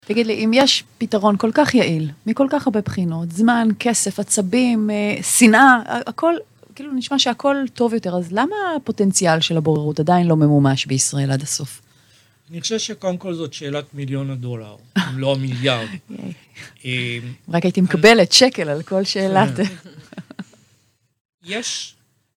תגיד לי, אם יש פתרון כל כך יעיל, מכל כך הרבה בחינות, זמן, כסף, עצבים, שנאה, הכל, כאילו נשמע שהכל טוב יותר, אז למה הפוטנציאל של הבוררות עדיין לא ממומש בישראל עד הסוף? אני חושב שקודם כל זאת שאלת $1,000,000, אם לא מיליארד. רק הייתי מקבלת שקל על כל שאלת. יש,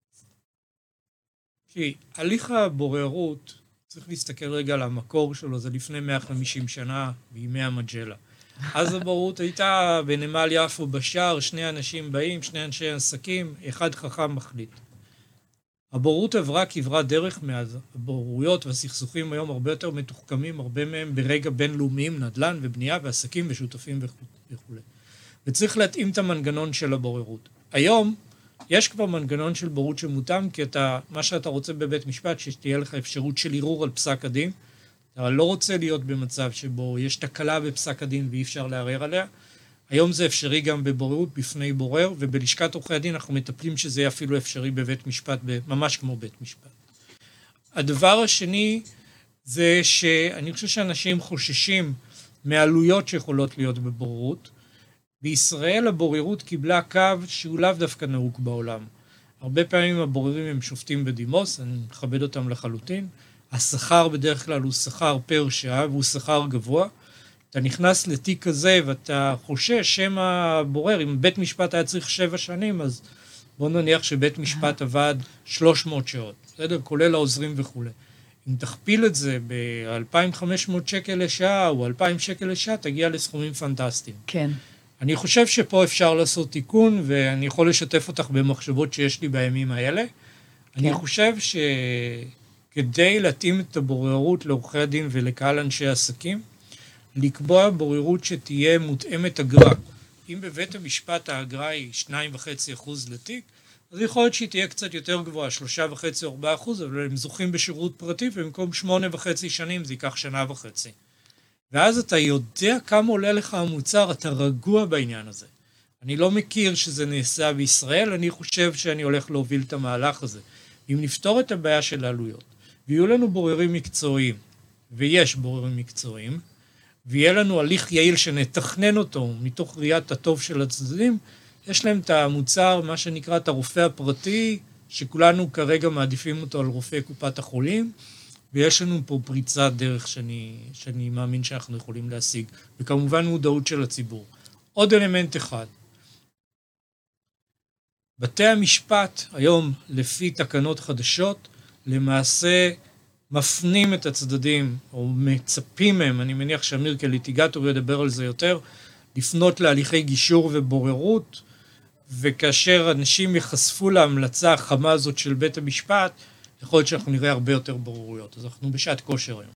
הליך הבוררות, צריך להסתכל רגע על המקור שלו, זה לפני 150 שנה, בימי המג'לה. אז הבוררות הייתה בנמל יפו בשער, שני אנשים באים, שני אנשי עסקים, אחד חכם מחליט. הבוררות עברה כברת דרך מאז. הבוררויות והסכסוכים היום הרבה יותר מתוחכמים, הרבה מהם ברגע בינלאומיים, נדל"ן ובנייה ועסקים ושותפים וכו'. וצריך להתאים את המנגנון של הבוררות. היום יש כבר מנגנון של בוררות שמותאם, כי מה שאתה רוצה בבית משפט, שתהיה לך אפשרות של ערעור על פסק הדין, אתה לא רוצה להיות במצב שבו יש תקלה בפסק הדין ואי אפשר לערער עליה. היום זה אפשרי גם בבוררות בפני בורר, ובלשכת עורכי הדין אנחנו מטפלים שזה יהיה אפילו אפשרי בבית משפט, ממש כמו בית משפט. הדבר השני זה שאני חושב שאנשים חוששים מעלויות שיכולות להיות בבוררות. בישראל הבוררות קיבלה קו שהוא לאו דווקא נהוג בעולם. הרבה פעמים הבוררים הם שופטים בדימוס, אני מכבד אותם לחלוטין. השכר בדרך כלל הוא שכר פר שעה והוא שכר גבוה. אתה נכנס לתיק כזה ואתה חושש שם הבורר, אם בית משפט היה צריך 7 שנים, אז בוא נניח שבית משפט עבד 300 שעות, בסדר? כולל העוזרים וכו'. אם תכפיל את זה ב-2,500 שקל לשעה או 2,000 שקל לשעה, תגיע לסכומים פנטסטיים. כן. אני חושב שפה אפשר לעשות תיקון, ואני יכול לשתף אותך במחשבות שיש לי בימים האלה. כן. אני חושב שכדי להתאים את הבוררות לעורכי הדין ולקהל אנשי עסקים, לקבוע בוררות שתהיה מותאמת אגרה. אם בבית המשפט האגרה היא 2.5% לתיק, אז יכול להיות שהיא תהיה קצת יותר גבוהה, 3.5% או 4%, אבל הם זוכים בשירות פרטי, ובמקום 8.5 שנים זה ייקח 1.5 שנה. ואז אתה יודע כמה עולה לך המוצר, אתה רגוע בעניין הזה. אני לא מכיר שזה נעשה בישראל, אני חושב שאני הולך להוביל את המהלך הזה. אם נפתור את הבעיה של העלויות, ויהיו לנו בוררים מקצועיים, ויש בוררים מקצועיים, ויהיה לנו הליך יעיל שנתכנן אותו מתוך ראיית הטוב של הצדדים, יש להם את המוצר, מה שנקרא את הרופא הפרטי, שכולנו כרגע מעדיפים אותו על רופא קופת החולים, ויש לנו פה פריצת דרך שאני מאמין שאנחנו יכולים להשיג, וכמובן מודעות של הציבור. עוד אלמנט אחד, בתי המשפט היום לפי תקנות חדשות, למעשה מפנים את הצדדים, או מצפים מהם, אני מניח שאמיר כליטיגטור ידבר על זה יותר, לפנות להליכי גישור ובוררות, וכאשר אנשים יחשפו להמלצה החמה הזאת של בית המשפט, יכול להיות שאנחנו נראה הרבה יותר בוררויות. אז אנחנו בשעת כושר היום.